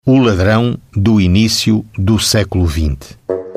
O ladrão do início do século XX.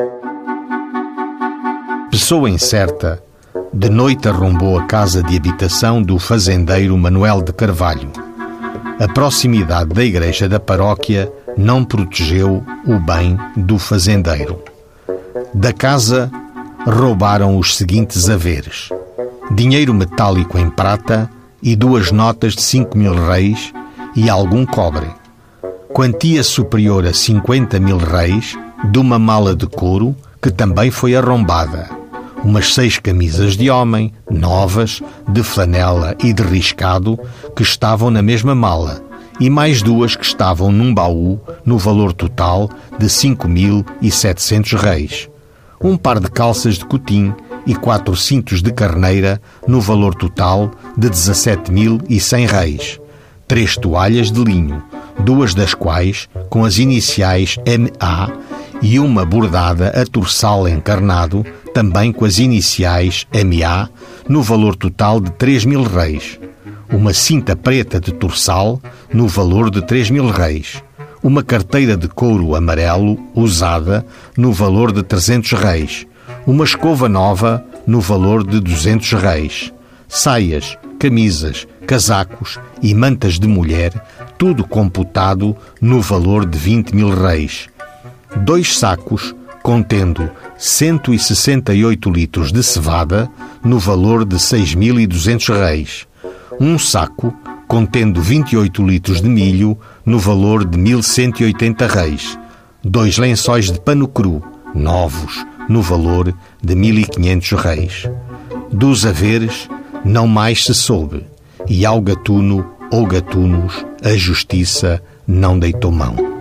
Pessoa incerta, de noite arrombou a casa de habitação do fazendeiro Manuel de Carvalho. A proximidade da igreja da paróquia não protegeu o bem do fazendeiro. Da casa roubaram os seguintes haveres: dinheiro metálico em prata e 2 notas de 5.000 réis e algum cobre. Quantia superior a 50.000 réis de uma mala de couro que também foi arrombada. Umas 6 camisas de homem, novas, de flanela e de riscado, que estavam na mesma mala, e mais 2 que estavam num baú, no valor total de 5.700 réis. Um par de calças de cotim e 4 cintos de carneira, no valor total de 17.100 réis. 3 toalhas de linho, 2 das quais com as iniciais MA e uma bordada a torçal encarnado, também com as iniciais MA, no valor total de 3.000 réis. Uma cinta preta de torçal, no valor de 3.000 réis. Uma carteira de couro amarelo, usada, no valor de 300 réis. Uma escova nova, no valor de 200 réis. Saias, camisas, casacos e mantas de mulher, tudo computado no valor de 20.000 réis. 2 sacos contendo 168 litros de cevada, no valor de 6.200 réis. Um saco contendo 28 litros de milho, no valor de 1.180 réis. 2 lençóis de pano cru, novos, no valor de 1.500 réis. Dos haveres não mais se soube, e ao gatuno ou gatunos a justiça não deitou mão.